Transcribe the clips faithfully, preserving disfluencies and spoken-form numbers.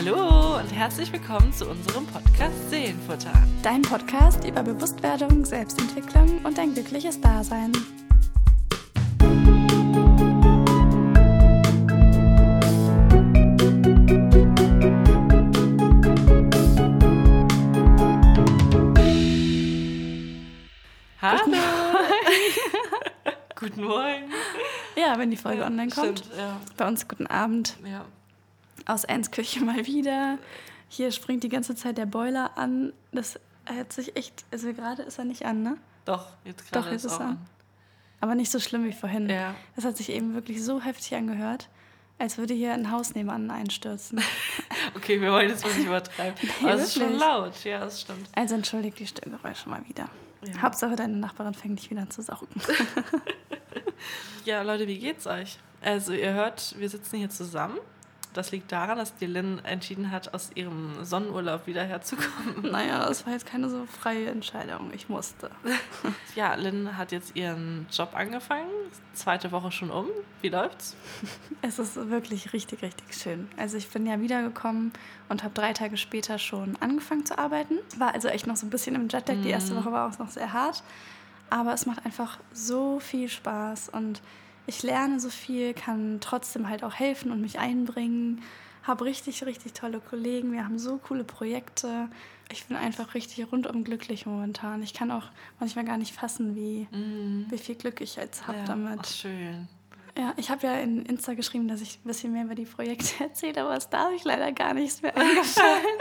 Hallo und herzlich willkommen zu unserem Podcast Seelenfutter. Dein Podcast über Bewusstwerdung, Selbstentwicklung und ein glückliches Dasein. Hallo. Guten Morgen. Ja, wenn die Folge ja, online kommt. Stimmt, ja. Bei uns guten Abend. Ja. Aus Anns Küche mal wieder. Hier springt die ganze Zeit der Boiler an. Das hat sich echt, also gerade ist er nicht an, ne? Doch, jetzt gerade Doch, jetzt ist ist auch er an. Aber nicht so schlimm wie vorhin. Ja. Das hat sich eben wirklich so heftig angehört, als würde hier ein Haus nebenan einstürzen. Okay, wir wollen jetzt mal nicht übertreiben. Nee, Aber es ist schon wirklich. laut, ja, das stimmt. Also entschuldigt die Störgeräusche mal wieder. Ja. Hauptsache deine Nachbarin fängt dich wieder an zu saugen. Ja, Leute, wie geht's euch? Also ihr hört, wir sitzen hier zusammen. Das liegt daran, dass die Lynn entschieden hat, aus ihrem Sonnenurlaub wieder herzukommen. Naja, es war jetzt keine so freie Entscheidung. Ich musste. Ja, Lynn hat jetzt ihren Job angefangen. Zweite Woche schon um. Wie läuft's? Es ist wirklich richtig, richtig schön. Also ich bin ja wiedergekommen und habe drei Tage später schon angefangen zu arbeiten. War also echt noch so ein bisschen im Jetlag. Die erste Woche war auch noch sehr hart. Aber es macht einfach so viel Spaß und ich lerne so viel, kann trotzdem halt auch helfen und mich einbringen. Habe richtig, richtig tolle Kollegen. Wir haben so coole Projekte. Ich bin einfach richtig rundum glücklich momentan. Ich kann auch manchmal gar nicht fassen, wie, Mhm. wie viel Glück ich jetzt habe Ja, damit. ach, schön. Ja, ich habe ja in Insta geschrieben, dass ich ein bisschen mehr über die Projekte erzähle, aber es darf ich leider gar nichts mehr eingefallen.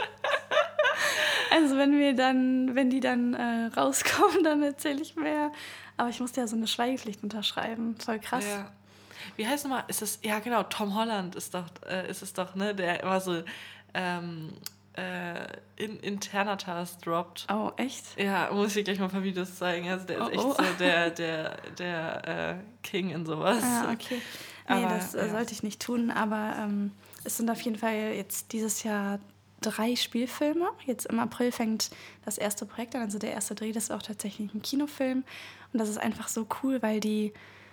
Also wenn wir dann, wenn die dann äh, rauskommen, dann erzähle ich mehr. Aber ich musste ja so eine Schweigepflicht unterschreiben. Voll krass. Ja. Wie heißt nochmal? Ist das, ja genau, Tom Holland ist doch, äh, ist es doch, ne, der immer so ähm, äh, in, Internatas droppt. Oh, echt? Ja, muss ich gleich mal ein paar Videos zeigen. Also der ist Oh, echt oh. so der, der, der äh, King in sowas. Ja, okay. Nee, Aber, das äh, ja. sollte ich nicht tun, aber ähm, es sind auf jeden Fall jetzt dieses Jahr drei Spielfilme. Jetzt im April fängt das erste Projekt an, also der erste Dreh, das ist auch tatsächlich ein Kinofilm. Und das ist einfach so cool, weil die,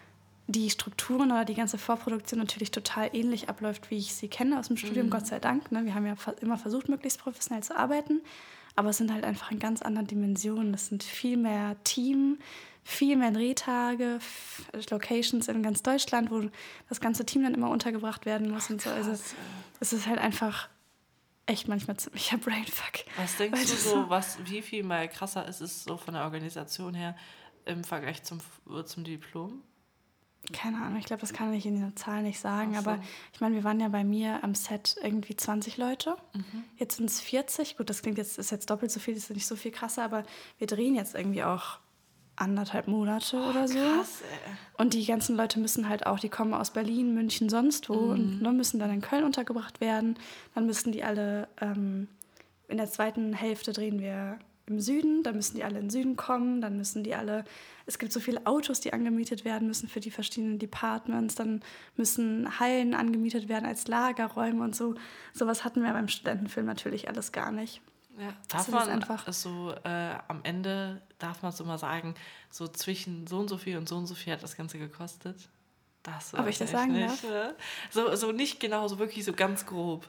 die Strukturen oder die ganze Vorproduktion natürlich total ähnlich abläuft, wie ich sie kenne aus dem Studium, Mhm. Gott sei Dank. Ne? Wir haben ja immer versucht, möglichst professionell zu arbeiten, aber es sind halt einfach in ganz anderen Dimensionen. Es sind viel mehr Team, viel mehr Drehtage, F- Locations in ganz Deutschland, wo das ganze Team dann immer untergebracht werden muss. und so. Also Krass, es ist halt einfach echt manchmal ziemlicher Brainfuck. Was denkst Weil du das so, was, wie viel mal krasser ist es so von der Organisation her im Vergleich zum, zum Diplom? Keine Ahnung, ich glaube, das kann ich in der Zahl nicht sagen, Ach so. aber ich meine, wir waren ja bei mir am Set irgendwie zwanzig Leute. Mhm. Jetzt sind es vierzig. Gut, das klingt jetzt, ist jetzt doppelt so viel, das ist nicht so viel krasser, aber wir drehen jetzt irgendwie auch anderthalb Monate oder so. Krass, ey. Und die ganzen Leute müssen halt auch, die kommen aus Berlin, München, sonst wo und ne, müssen dann in Köln untergebracht werden. Dann müssen die alle, ähm, in der zweiten Hälfte drehen wir im Süden, dann müssen die alle in den Süden kommen, dann müssen die alle, es gibt so viele Autos, die angemietet werden müssen für die verschiedenen Departments, dann müssen Hallen angemietet werden als Lagerräume und so. Sowas hatten wir beim Studentenfilm natürlich alles gar nicht. Ja, Das darf ist man einfach- so äh, am Ende, darf man so mal sagen, so zwischen so und so viel und so und so viel hat das Ganze gekostet? Das Ob ich das weiß sagen nicht, darf? ne? So, so nicht genau, so wirklich so ganz grob.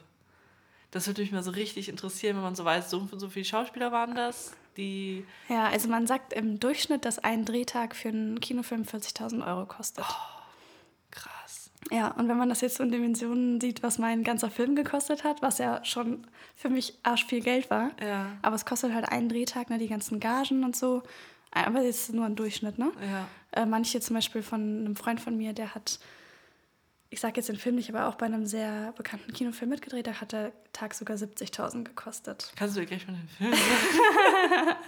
Das würde mich mal so richtig interessieren, wenn man so weiß, so und so viele Schauspieler waren das, die... Ja, also man sagt im Durchschnitt, dass ein Drehtag für einen Kinofilm vierzigtausend Euro kostet. Krass. Ja, und wenn man das jetzt so in Dimensionen sieht, was mein ganzer Film gekostet hat, was ja schon für mich arsch viel Geld war, Ja, aber es kostet halt einen Drehtag, ne, die ganzen Gagen und so, aber jetzt nur ein Durchschnitt, ne? ja. Äh, manche zum Beispiel von einem Freund von mir, der hat, ich sag jetzt den Film nicht, aber auch bei einem sehr bekannten Kinofilm mitgedreht, da hat der Tag sogar siebzigtausend gekostet. Kannst du dir gleich mal den Film sagen?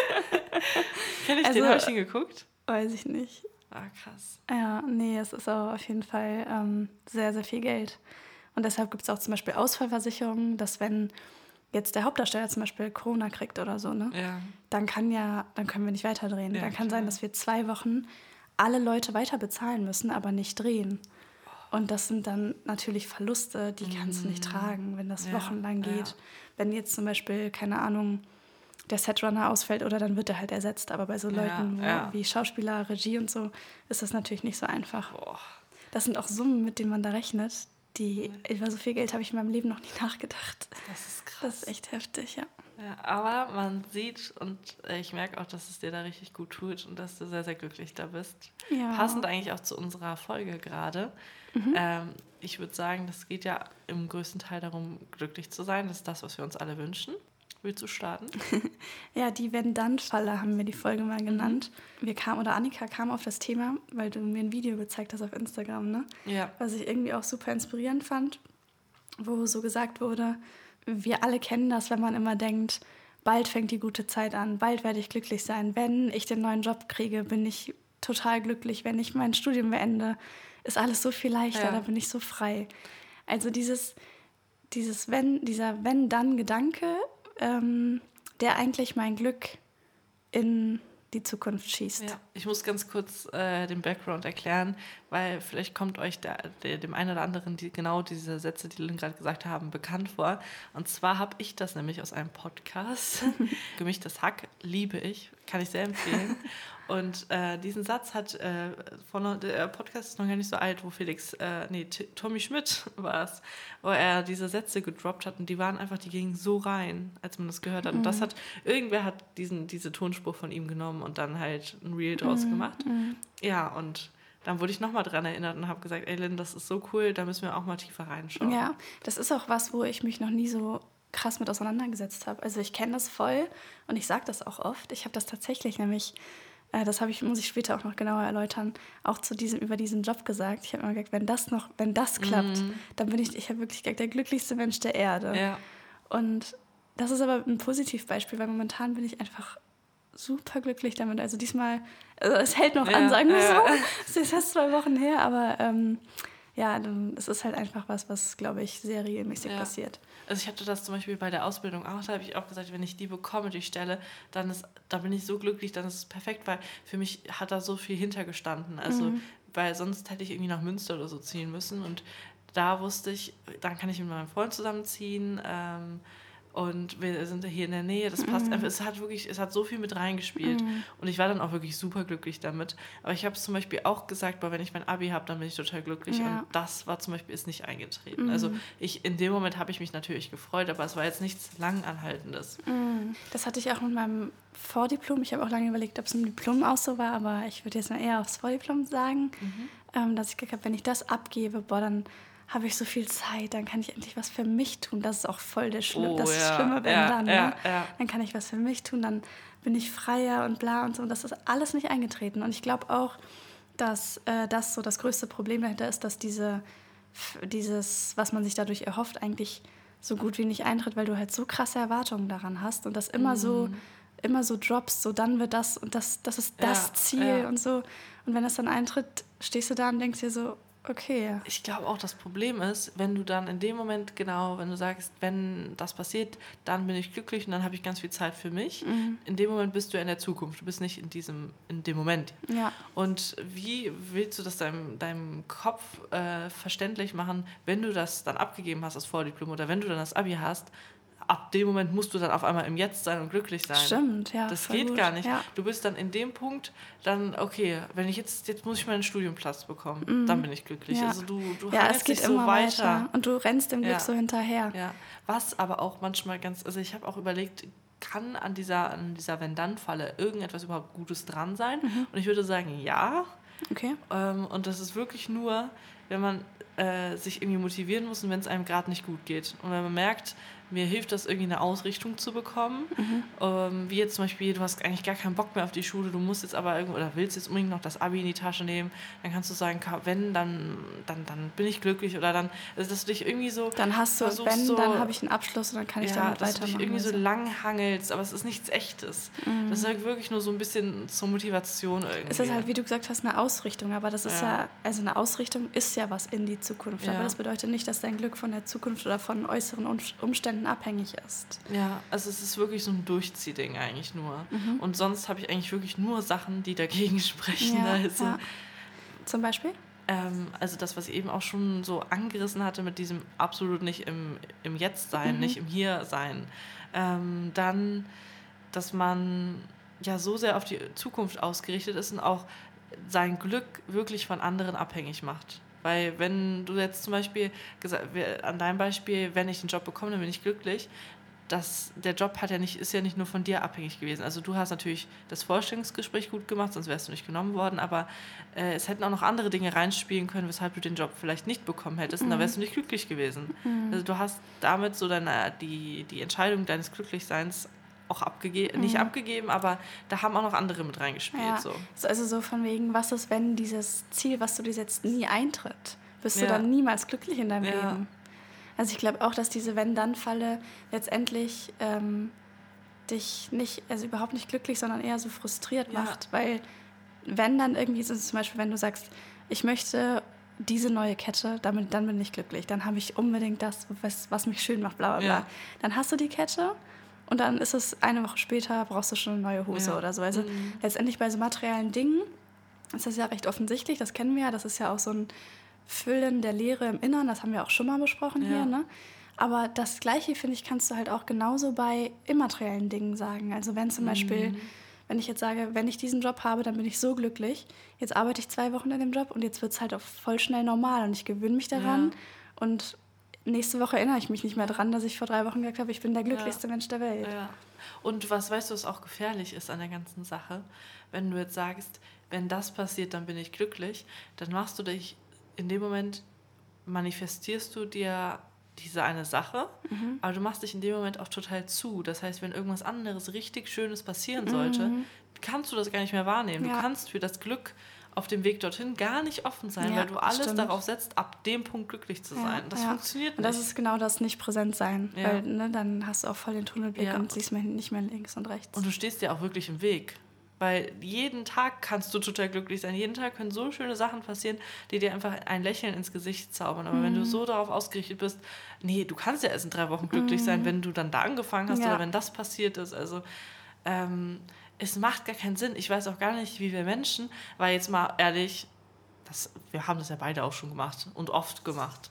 Kenn ich Also- den? Habe ich den geguckt? Weiß ich nicht. Ah, krass. Ja, nee, es ist auch auf jeden Fall ähm, sehr, sehr viel Geld. Und deshalb gibt es auch zum Beispiel Ausfallversicherungen, dass wenn jetzt der Hauptdarsteller zum Beispiel Corona kriegt oder so, ne, Ja. dann kann ja, dann können wir nicht weiterdrehen. Ja, dann kann klar. sein, dass wir zwei Wochen alle Leute weiter bezahlen müssen, aber nicht drehen. Und das sind dann natürlich Verluste, die kannst du nicht tragen, wenn das Ja, wochenlang ja. geht. Wenn jetzt zum Beispiel, keine Ahnung, der Setrunner ausfällt oder dann wird er halt ersetzt. Aber bei so Ja, Leuten wo, ja. wie Schauspieler, Regie und so ist das natürlich nicht so einfach. Boah. Das sind auch Summen, mit denen man da rechnet. die, über so viel Geld habe ich in meinem Leben noch nie nachgedacht. Das ist krass. Das ist echt heftig, ja. Ja, aber man sieht und ich merke auch, dass es dir da richtig gut tut und dass du sehr, sehr glücklich da bist. Ja. Passend eigentlich auch zu unserer Folge gerade. Mhm. Ähm, ich würde sagen, das geht ja im größten Teil darum, glücklich zu sein. Das ist das, was wir uns alle wünschen. Willst du starten? Ja, die Wenn-Dann-Falle haben wir die Folge mal genannt. Mhm. Wir kamen, oder Annika kam auf das Thema, weil du mir ein Video gezeigt hast auf Instagram, ne? Ja. Was ich irgendwie auch super inspirierend fand, wo so gesagt wurde, wir alle kennen das, wenn man immer denkt, bald fängt die gute Zeit an, bald werde ich glücklich sein. Wenn ich den neuen Job kriege, bin ich total glücklich. Wenn ich mein Studium beende, ist alles so viel leichter, ja. Da bin ich so frei. Also dieses, dieses wenn, dieser Wenn-Dann-Gedanke, ähm, der eigentlich mein Glück in die Zukunft schießt. Ja, ich muss ganz kurz äh, den Background erklären, weil vielleicht kommt euch der, der, dem einen oder anderen die, genau diese Sätze, die Lynn gerade gesagt haben, bekannt vor. Und zwar habe ich das nämlich aus einem Podcast. Gemischtes Hack liebe ich, kann ich sehr empfehlen. Und äh, diesen Satz hat, äh, von, der Podcast ist noch gar nicht so alt, wo Felix, äh, nee, T- Tommy Schmidt war es, wo er diese Sätze gedroppt hat und die waren einfach, die gingen so rein, als man das gehört hat. Mhm. Und das hat, irgendwer hat diesen, diese Tonspur von ihm genommen und dann halt ein Reel draus mhm. gemacht. Mhm. Ja, und dann wurde ich nochmal dran erinnert und habe gesagt, ey Lynn, das ist so cool, da müssen wir auch mal tiefer reinschauen. Ja, das ist auch was, wo ich mich noch nie so krass mit auseinandergesetzt habe. Also ich kenne das voll und ich sage das auch oft. Ich habe das tatsächlich nämlich, äh, das habe ich, muss ich später auch noch genauer erläutern, auch zu diesem, über diesen Job gesagt. Ich habe immer gesagt, wenn das noch, wenn das klappt, mm. dann bin ich, ich habe wirklich gesagt, der glücklichste Mensch der Erde. Ja. Und das ist aber ein Positivbeispiel, weil momentan bin ich einfach super glücklich damit. Also diesmal, also es hält noch ja, an, sagen wir ja. so. Es ist erst zwei Wochen her, aber ähm, ja, es ist halt einfach was, was, glaube ich, sehr regelmäßig ja. passiert. Also ich hatte das zum Beispiel bei der Ausbildung auch, da habe ich auch gesagt, wenn ich die bekomme, die Stelle, dann ist, da bin ich so glücklich, dann ist es perfekt, weil für mich hat da so viel hintergestanden. Also, mhm. weil sonst hätte ich irgendwie nach Münster oder so ziehen müssen und da wusste ich, dann kann ich mit meinem Freund zusammenziehen, ähm, und wir sind hier in der Nähe, das passt mm. einfach. Es hat wirklich, es hat so viel mit reingespielt. Mm. Und ich war dann auch wirklich super glücklich damit. Aber ich habe es zum Beispiel auch gesagt, boah, wenn ich mein Abi habe, dann bin ich total glücklich. Ja. Und das war zum Beispiel ist nicht eingetreten. Mm. Also ich, in dem Moment habe ich mich natürlich gefreut, aber es war jetzt nichts Langanhaltendes. Mm. Das hatte ich auch mit meinem Vordiplom. Ich habe auch lange überlegt, ob es im Diplom auch so war, aber ich würde jetzt mal eher aufs Vordiplom sagen, mhm. ähm, dass ich gesagt habe, wenn ich das abgebe, boah, dann habe ich so viel Zeit, dann kann ich endlich was für mich tun. Das ist auch voll der Schlimm, oh, das ja, Schlimme, wenn ja, dann. Ja, ne? ja. Dann kann ich was für mich tun, dann bin ich freier und bla und so. Und das ist alles nicht eingetreten. Und ich glaube auch, dass äh, das so das größte Problem dahinter ist, dass diese, dieses, was man sich dadurch erhofft, eigentlich so gut wie nicht eintritt, weil du halt so krasse Erwartungen daran hast und das immer mm. so immer so droppst, so dann wird das und das, das ist das ja, Ziel ja. und so. Und wenn das dann eintritt, stehst du da und denkst dir so, okay. Ich glaube auch, das Problem ist, wenn du dann in dem Moment, genau, wenn du sagst, wenn das passiert, dann bin ich glücklich und dann habe ich ganz viel Zeit für mich. Mhm. In dem Moment bist du in der Zukunft. Du bist nicht in diesem, in dem Moment. Ja. Und wie willst du das deinem, deinem Kopf äh, verständlich machen, wenn du das dann abgegeben hast, das Vordiplom, oder wenn du dann das Abi hast? Ab dem Moment musst du dann auf einmal im Jetzt sein und glücklich sein. Stimmt, ja. Das geht gut. gar nicht. Ja. Du bist dann in dem Punkt, dann, okay, wenn ich jetzt, jetzt muss ich meinen Studienplatz bekommen, mhm. dann bin ich glücklich. Ja. Also du, du ja, hangelst dich so weiter. weiter. Und du rennst dem Glück ja. so hinterher. Ja. Was aber auch manchmal ganz, also ich habe auch überlegt, kann an dieser, an dieser Wenn-Dann-Falle irgendetwas überhaupt Gutes dran sein? Mhm. Und ich würde sagen, ja. Okay. Ähm, und das ist wirklich nur, wenn man äh, sich irgendwie motivieren muss und wenn es einem gerade nicht gut geht. Und wenn man merkt, mir hilft das, irgendwie eine Ausrichtung zu bekommen. Mhm. Ähm, wie jetzt zum Beispiel, du hast eigentlich gar keinen Bock mehr auf die Schule, du musst jetzt aber irgendwo, oder willst jetzt unbedingt noch das Abi in die Tasche nehmen, dann kannst du sagen, wenn, dann, dann, dann bin ich glücklich. Oder dann, also dass du dich irgendwie so... Dann hast du, wenn, so, dann habe ich einen Abschluss und dann kann ich ja, damit weitermachen. Dass du dich irgendwie so lang hangelst, aber es ist nichts Echtes. Mhm. Das ist halt wirklich nur so ein bisschen zur Motivation irgendwie. Es ist halt, wie du gesagt hast, eine Ausrichtung, aber das ist ja, ja also eine Ausrichtung ist ja was in die Zukunft. Ja. Aber das bedeutet nicht, dass dein Glück von der Zukunft oder von äußeren Umständen abhängig ist. Ja, also es ist wirklich so ein Durchziehding eigentlich nur. Mhm. Und sonst habe ich eigentlich wirklich nur Sachen, die dagegen sprechen. Ja, also, ja. Zum Beispiel? Ähm, also das, was ich eben auch schon so angerissen hatte mit diesem absolut nicht im, im Jetzt-Sein, mhm. nicht im Hier-Sein. Ähm, dann, dass man ja so sehr auf die Zukunft ausgerichtet ist und auch sein Glück wirklich von anderen abhängig macht. Weil wenn du jetzt zum Beispiel, an deinem Beispiel, wenn ich einen Job bekomme, dann bin ich glücklich, das, der Job hat ja nicht, ist ja nicht nur von dir abhängig gewesen. Also du hast natürlich das Vorstellungsgespräch gut gemacht, sonst wärst du nicht genommen worden, aber äh, es hätten auch noch andere Dinge reinspielen können, weshalb du den Job vielleicht nicht bekommen hättest, mhm. und dann wärst du nicht glücklich gewesen. Mhm. Also du hast damit so deine, die, die Entscheidung deines Glücklichseins auch abgegeben, mhm. nicht abgegeben, aber da haben auch noch andere mit reingespielt. Ja. So. Also so von wegen, was ist, wenn dieses Ziel, was du dir setzt, nie eintritt? Bist ja. du dann niemals glücklich in deinem ja. Leben? Also ich glaube auch, dass diese Wenn-Dann-Falle letztendlich ähm, dich nicht, also überhaupt nicht glücklich, sondern eher so frustriert ja. macht. Weil wenn dann irgendwie, ist es zum Beispiel, wenn du sagst, ich möchte diese neue Kette, damit, dann bin ich glücklich. Dann habe ich unbedingt das, was, was mich schön macht, bla bla bla. Ja. Dann hast du die Kette und dann ist es eine Woche später, brauchst du schon eine neue Hose ja. oder so. Also mhm. letztendlich bei so materiellen Dingen ist das ja recht offensichtlich, das kennen wir ja, das ist ja auch so ein Füllen der Leere im Innern, das haben wir auch schon mal besprochen ja. hier, ne? Aber das Gleiche, finde ich, kannst du halt auch genauso bei immateriellen Dingen sagen. Also wenn zum mhm. Beispiel, wenn ich jetzt sage, wenn ich diesen Job habe, dann bin ich so glücklich, jetzt arbeite ich zwei Wochen in dem Job und jetzt wird es halt auch voll schnell normal und ich gewöhne mich daran ja. und nächste Woche erinnere ich mich nicht mehr dran, dass ich vor drei Wochen gesagt habe, ich bin der glücklichste ja. Mensch der Welt. Ja. Und was, weißt du, was auch gefährlich ist an der ganzen Sache? Wenn du jetzt sagst, wenn das passiert, dann bin ich glücklich, dann machst du dich in dem Moment, manifestierst du dir diese eine Sache, mhm. aber du machst dich in dem Moment auch total zu. Das heißt, wenn irgendwas anderes richtig Schönes passieren sollte, mhm. kannst du das gar nicht mehr wahrnehmen. Ja. Du kannst für das Glück auf dem Weg dorthin gar nicht offen sein, ja, weil du alles stimmt. darauf setzt, ab dem Punkt glücklich zu sein. Ja, das ja. funktioniert nicht. Und das ist genau das Nicht-Präsent-Sein, ja. weil ne, dann hast du auch voll den Tunnelblick ja. und siehst nicht mehr links und rechts. Und du stehst dir auch wirklich im Weg. Weil jeden Tag kannst du total glücklich sein. Jeden Tag können so schöne Sachen passieren, die dir einfach ein Lächeln ins Gesicht zaubern. Aber mhm. wenn du so darauf ausgerichtet bist, nee, du kannst ja erst in drei Wochen glücklich mhm. sein, wenn du dann da angefangen hast ja. oder wenn das passiert ist. Also ähm, es macht gar keinen Sinn. Ich weiß auch gar nicht, wie wir Menschen, weil jetzt mal ehrlich, das, wir haben das ja beide auch schon gemacht und oft gemacht.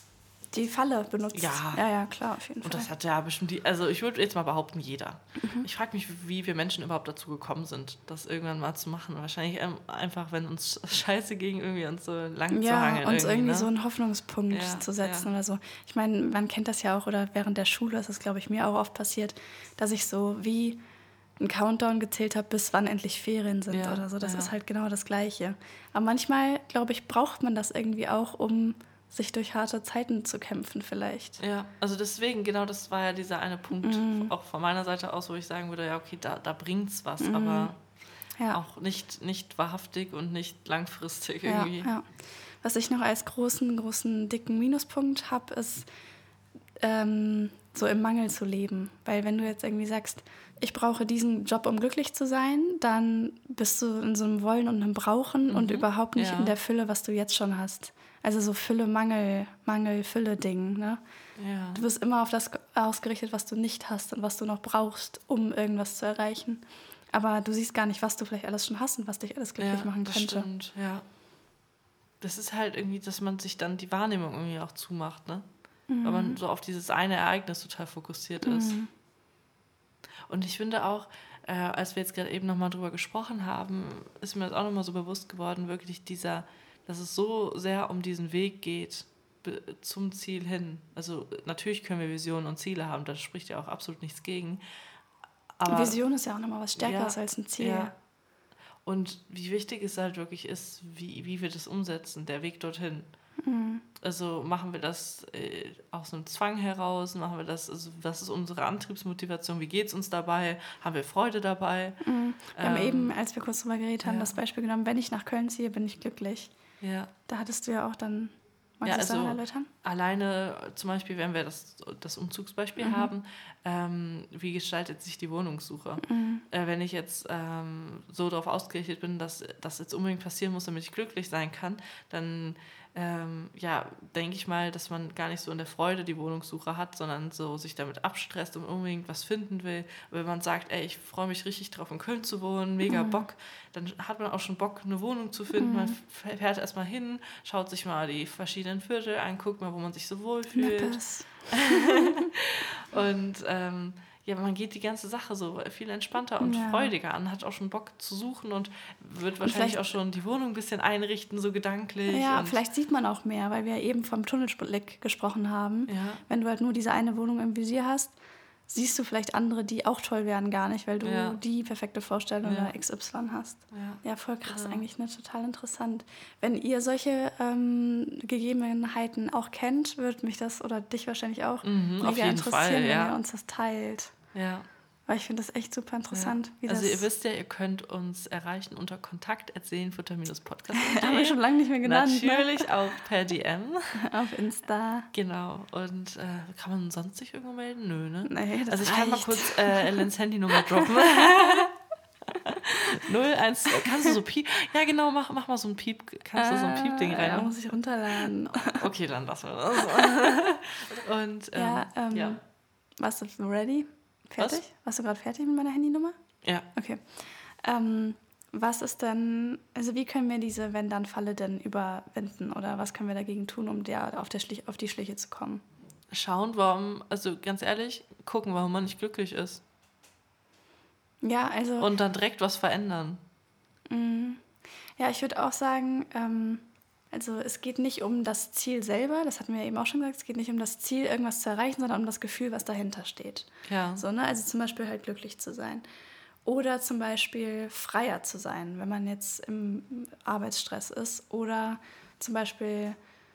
Die Falle benutzt. Ja. ja, ja, klar, auf jeden und Fall. Und das hat ja bestimmt die, also ich würde jetzt mal behaupten, jeder. Mhm. Ich frage mich, wie wir Menschen überhaupt dazu gekommen sind, das irgendwann mal zu machen. Wahrscheinlich ähm, einfach, wenn uns Scheiße ging, irgendwie uns so lang ja, zu hangeln. Ja, uns irgendwie, irgendwie ne? so einen Hoffnungspunkt ja, zu setzen ja. oder so. Ich meine, man kennt das ja auch, oder während der Schule ist das, glaube ich, mir auch oft passiert, dass ich so wie einen Countdown gezählt habe, bis wann endlich Ferien sind ja, oder so. Das ja. ist halt genau das Gleiche. Aber manchmal, glaube ich, braucht man das irgendwie auch, um sich durch harte Zeiten zu kämpfen vielleicht. Ja, also deswegen, genau das war ja dieser eine Punkt, mm. auch von meiner Seite aus, wo ich sagen würde, ja okay, da, da bringt's was, mm. aber ja. auch nicht, nicht wahrhaftig und nicht langfristig irgendwie. Ja, ja. Was ich noch als großen, großen, dicken Minuspunkt habe, ist ähm, so im Mangel zu leben. Weil wenn du jetzt irgendwie sagst, ich brauche diesen Job, um glücklich zu sein, dann bist du in so einem Wollen und einem Brauchen mhm. und überhaupt nicht ja. in der Fülle, was du jetzt schon hast. Also so Fülle, Mangel, Mangel, Fülle-Ding. Ne? Ja. Du bist immer auf das ausgerichtet, was du nicht hast und was du noch brauchst, um irgendwas zu erreichen. Aber du siehst gar nicht, was du vielleicht alles schon hast und was dich alles glücklich ja, machen das könnte. Stimmt, ja. Das ist halt irgendwie, dass man sich dann die Wahrnehmung irgendwie auch zumacht, ne? Mhm. Weil man so auf dieses eine Ereignis total fokussiert ist. Mhm. Und ich finde auch, äh, als wir jetzt gerade eben nochmal drüber gesprochen haben, ist mir das auch nochmal so bewusst geworden, wirklich dieser, dass es so sehr um diesen Weg geht be- zum Ziel hin. Also natürlich können wir Visionen und Ziele haben, da spricht ja auch absolut nichts gegen. Aber Vision ist ja auch nochmal was Stärkeres ja, als ein Ziel. Ja. Und wie wichtig es halt wirklich ist, wie, wie wir das umsetzen, der Weg dorthin. Mhm. Also machen wir das äh, aus einem Zwang heraus, machen wir das, also was ist unsere Antriebsmotivation, wie geht es uns dabei, haben wir Freude dabei? Mhm. Wir ähm, haben eben, als wir kurz drüber geredet haben, ja. das Beispiel genommen, wenn ich nach Köln ziehe, bin ich glücklich. Ja. Da hattest du ja auch dann, magst ja, du das also dann erläutern? Alleine zum Beispiel, wenn wir das, das Umzugsbeispiel mhm. haben, ähm, wie gestaltet sich die Wohnungssuche? Mhm. Äh, wenn ich jetzt ähm, so darauf ausgerichtet bin, dass das jetzt unbedingt passieren muss, damit ich glücklich sein kann, dann ähm, ja, denke ich mal, dass man gar nicht so in der Freude die Wohnungssuche hat, sondern so sich damit abstresst und unbedingt was finden will. Und wenn man sagt, ey, ich freue mich richtig drauf, in Köln zu wohnen, mega mhm. Bock, dann hat man auch schon Bock, eine Wohnung zu finden. Mhm. Man fährt erstmal hin, schaut sich mal die verschiedenen Viertel an, guckt mal, wo man sich so wohlfühlt. Und ähm, ja, man geht die ganze Sache so viel entspannter und Ja. freudiger an, hat auch schon Bock zu suchen und wird wahrscheinlich auch schon die Wohnung ein bisschen einrichten, so gedanklich. Ja, und vielleicht sieht man auch mehr, weil wir eben vom Tunnelblick gesprochen haben. Ja. Wenn du halt nur diese eine Wohnung im Visier hast, siehst du vielleicht andere, die auch toll wären, gar nicht, weil du Ja. die perfekte Vorstellung Ja. oder X Y hast. Ja. Ja, voll krass, Genau. eigentlich, ne? Total interessant. Wenn ihr solche ähm, Gegebenheiten auch kennt, würde mich das, oder dich wahrscheinlich auch, Mhm, mega auf jeden interessieren, Fall, wenn ja. ihr uns das teilt. Ja. Weil ich finde das echt super interessant. Ja. Wie Also das ihr wisst ja, ihr könnt uns erreichen unter kontakt at seelenfutter podcast haben wir schon lange nicht mehr genannt. Natürlich auch per D M. Ne? Auf Insta. Genau. Und äh, kann man sonst sich irgendwo melden? Nö, ne? Nee, das also ich reicht. kann mal kurz äh, Ellens Handynummer droppen. null eins, kannst du so Piep? Ja, genau, mach, mach mal so ein Piep, kannst du so ein Piep-Ding Ah, rein? ja, muss ich runterladen. Okay, dann lassen wir das. Und ähm, Ja, ähm, ja. warst du ready? Fertig? Was? Warst du gerade fertig mit meiner Handynummer? Ja. Okay. Ähm, was ist denn, also wie können wir diese Wenn-Dann-Falle denn überwinden? Oder was können wir dagegen tun, um der, auf, der Schlich, auf die Schliche zu kommen? Schauen, warum, also ganz ehrlich, gucken, warum man nicht glücklich ist. Ja, also... Und dann direkt was verändern. Ja, ich würde auch sagen, ähm, also es geht nicht um das Ziel selber, das hatten wir eben auch schon gesagt, es geht nicht um das Ziel, irgendwas zu erreichen, sondern um das Gefühl, was dahinter steht. Ja. So, ne? Also zum Beispiel halt glücklich zu sein. Oder zum Beispiel freier zu sein, wenn man jetzt im Arbeitsstress ist. Oder zum Beispiel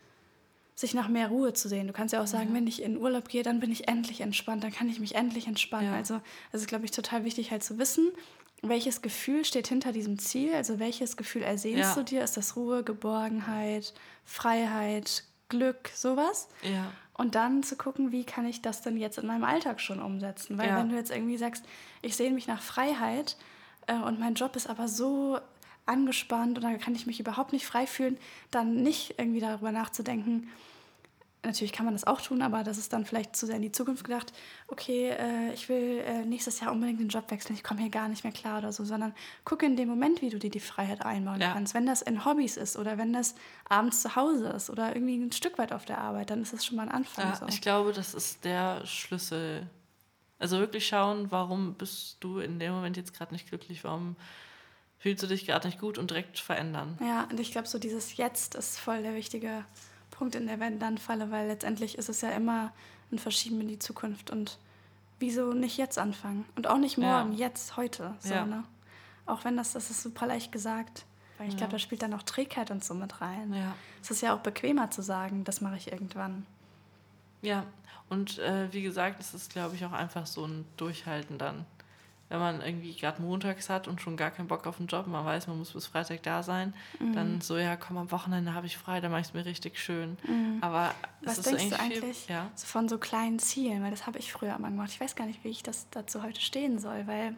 sich nach mehr Ruhe zu sehen. Du kannst ja auch sagen, Ja. wenn ich in Urlaub gehe, dann bin ich endlich entspannt, dann kann ich mich endlich entspannen. Ja. Also es ist, glaube ich, total wichtig halt zu wissen, welches Gefühl steht hinter diesem Ziel, also welches Gefühl ersehnst Ja. du dir? Ist das Ruhe, Geborgenheit, Freiheit, Glück, sowas? Ja. Und dann zu gucken, wie kann ich das denn jetzt in meinem Alltag schon umsetzen? Weil Ja. wenn du jetzt irgendwie sagst, ich sehne mich nach Freiheit äh, und mein Job ist aber so angespannt und da kann ich mich überhaupt nicht frei fühlen, dann nicht irgendwie darüber nachzudenken. Natürlich kann man das auch tun, aber das ist dann vielleicht zu sehr in die Zukunft gedacht. Okay, äh, ich will äh, nächstes Jahr unbedingt den Job wechseln, ich komme hier gar nicht mehr klar oder so, sondern gucke in dem Moment, wie du dir die Freiheit einbauen Ja. kannst. Wenn das in Hobbys ist oder wenn das abends zu Hause ist oder irgendwie ein Stück weit auf der Arbeit, dann ist das schon mal ein Anfang. Ja, so. ich glaube, das ist der Schlüssel. Also wirklich schauen, warum bist du in dem Moment jetzt gerade nicht glücklich, warum fühlst du dich gerade nicht gut und direkt verändern. Ja, und ich glaube, so dieses Jetzt ist voll der wichtige Punkt in der Wenn-Dann-Falle, weil letztendlich ist es ja immer ein Verschieben in die Zukunft und wieso nicht jetzt anfangen? Und auch nicht morgen, Ja. jetzt, heute. So, Ja. ne? Auch wenn das, das ist super leicht gesagt, weil ich Ja. glaube, da spielt dann auch Trägheit und so mit rein. Ja. Es ist ja auch bequemer zu sagen, das mache ich irgendwann. Ja, und äh, wie gesagt, es ist, glaube ich, auch einfach so ein Durchhalten dann. Wenn man irgendwie gerade montags hat und schon gar keinen Bock auf den Job, man weiß, man muss bis Freitag da sein, Mhm. dann so, ja, komm, am Wochenende habe ich frei, dann mache ich es mir richtig schön. Aber es Was ist denkst so du eigentlich eigentlich viel, ja. so von so kleinen Zielen? Weil das habe ich früher immer gemacht. Ich weiß gar nicht, wie ich das dazu heute stehen soll, weil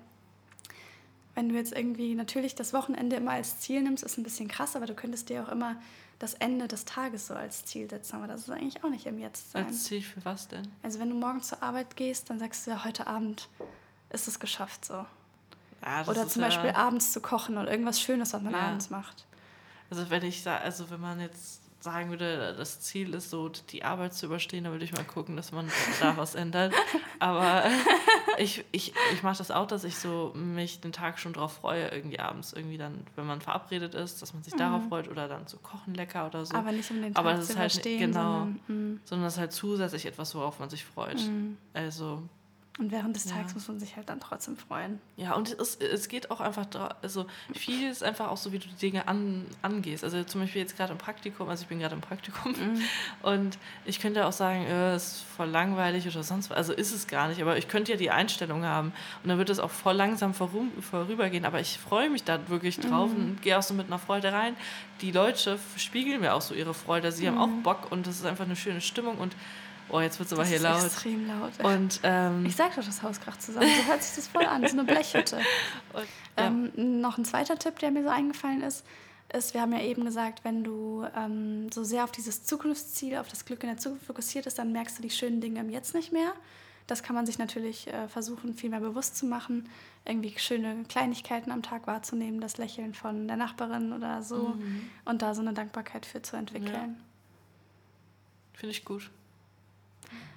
wenn du jetzt irgendwie natürlich das Wochenende immer als Ziel nimmst, ist ein bisschen krass, aber du könntest dir auch immer das Ende des Tages so als Ziel setzen. Aber das ist eigentlich auch nicht im Jetzt sein. Als Ziel für was denn? Also wenn du morgens zur Arbeit gehst, dann sagst du ja, heute Abend ist es geschafft so. Ja, das Oder ist zum ja, Beispiel abends zu kochen oder irgendwas Schönes, was man Ja. abends macht. Also wenn ich sa- also wenn man jetzt sagen würde, das Ziel ist so, die Arbeit zu überstehen, dann würde ich mal gucken, dass man da was ändert. Aber ich, ich, ich mache das auch, dass ich so mich den Tag schon drauf freue, irgendwie abends, irgendwie dann, wenn man verabredet ist, dass man sich darauf freut oder dann zu kochen lecker oder so. Aber nicht um den Tag Aber das zu ist halt überstehen, genau, sondern mm, sondern das ist halt zusätzlich etwas, worauf man sich freut. mm. Also Und während des Ja. Tages muss man sich halt dann trotzdem freuen. ja, und es, es geht auch einfach, dra- also viel ist einfach auch so, wie du die Dinge an, angehst. Also zum Beispiel jetzt gerade im Praktikum, also ich bin gerade im Praktikum und ich könnte auch sagen, äh, es ist voll langweilig oder sonst was. Also ist es gar nicht, aber ich könnte ja die Einstellung haben und dann wird es auch voll langsam vorum, vorübergehen, aber ich freue mich da wirklich drauf und gehe auch so mit einer Freude rein. Die Leute spiegeln mir auch so ihre Freude, sie haben auch Bock und es ist einfach eine schöne Stimmung und oh, jetzt wird es aber Das hier ist laut. extrem laut. Und ähm, Ich sag doch, das Haus kracht zusammen. So hört sich das voll an. So eine Blechhütte. und, ja. Ähm, noch ein zweiter Tipp, der mir so eingefallen ist, ist, wir haben ja eben gesagt, wenn du ähm, so sehr auf dieses Zukunftsziel, auf das Glück in der Zukunft fokussiert ist, dann merkst du die schönen Dinge im Jetzt nicht mehr. Das kann man sich natürlich äh, versuchen, viel mehr bewusst zu machen, irgendwie schöne Kleinigkeiten am Tag wahrzunehmen, das Lächeln von der Nachbarin oder so Mhm. und da so eine Dankbarkeit für zu entwickeln. Finde ich gut.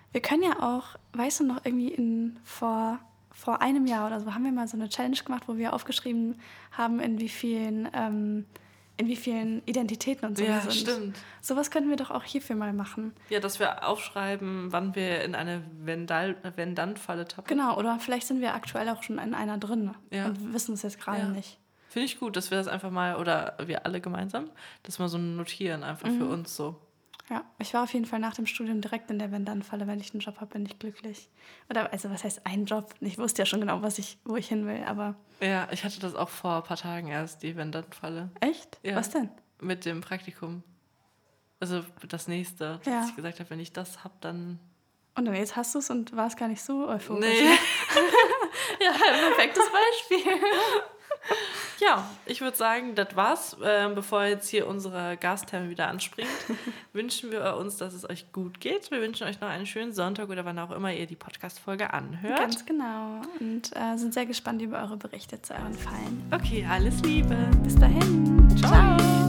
Wir können ja auch, weißt du noch, irgendwie in, vor, vor einem Jahr oder so haben wir mal so eine Challenge gemacht, wo wir aufgeschrieben haben, in wie vielen, ähm, in wie vielen Identitäten und so Ja, wir sind. stimmt. Sowas könnten wir doch auch hierfür mal machen. Ja, dass wir aufschreiben, wann wir in eine Wenn-Dann-Falle tappen. Genau, oder vielleicht sind wir aktuell auch schon in einer drin Ja. und wissen es jetzt gerade Ja. nicht. Finde ich gut, dass wir das einfach mal, oder wir alle gemeinsam, das mal so notieren, einfach Mhm. für uns so. Ja, ich war auf jeden Fall nach dem Studium direkt in der Wenn-Dann-Falle. Wenn ich einen Job habe, bin ich glücklich. Oder, also was heißt ein Job? Ich wusste ja schon genau, was ich, wo ich hin will, aber... Ja, ich hatte das auch vor ein paar Tagen erst, die Wenn-Dann-Falle. Echt? Ja. Was denn? Mit dem Praktikum. Also das nächste, dass Ja. ich gesagt habe, wenn ich das habe, dann... Und dann jetzt hast du es und warst gar nicht so euphorisch. Nee. Ja, perfektes Beispiel. Ja, ich würde sagen, das war's. Ähm, bevor jetzt hier unsere Gasttherme wieder anspringt, wünschen wir uns, dass es euch gut geht. Wir wünschen euch noch einen schönen Sonntag oder wann auch immer ihr die Podcast-Folge anhört. Ganz genau. Und äh, sind sehr gespannt über eure Berichte zu euren Fallen. Okay, alles Liebe. Bis dahin. Ciao. Ciao.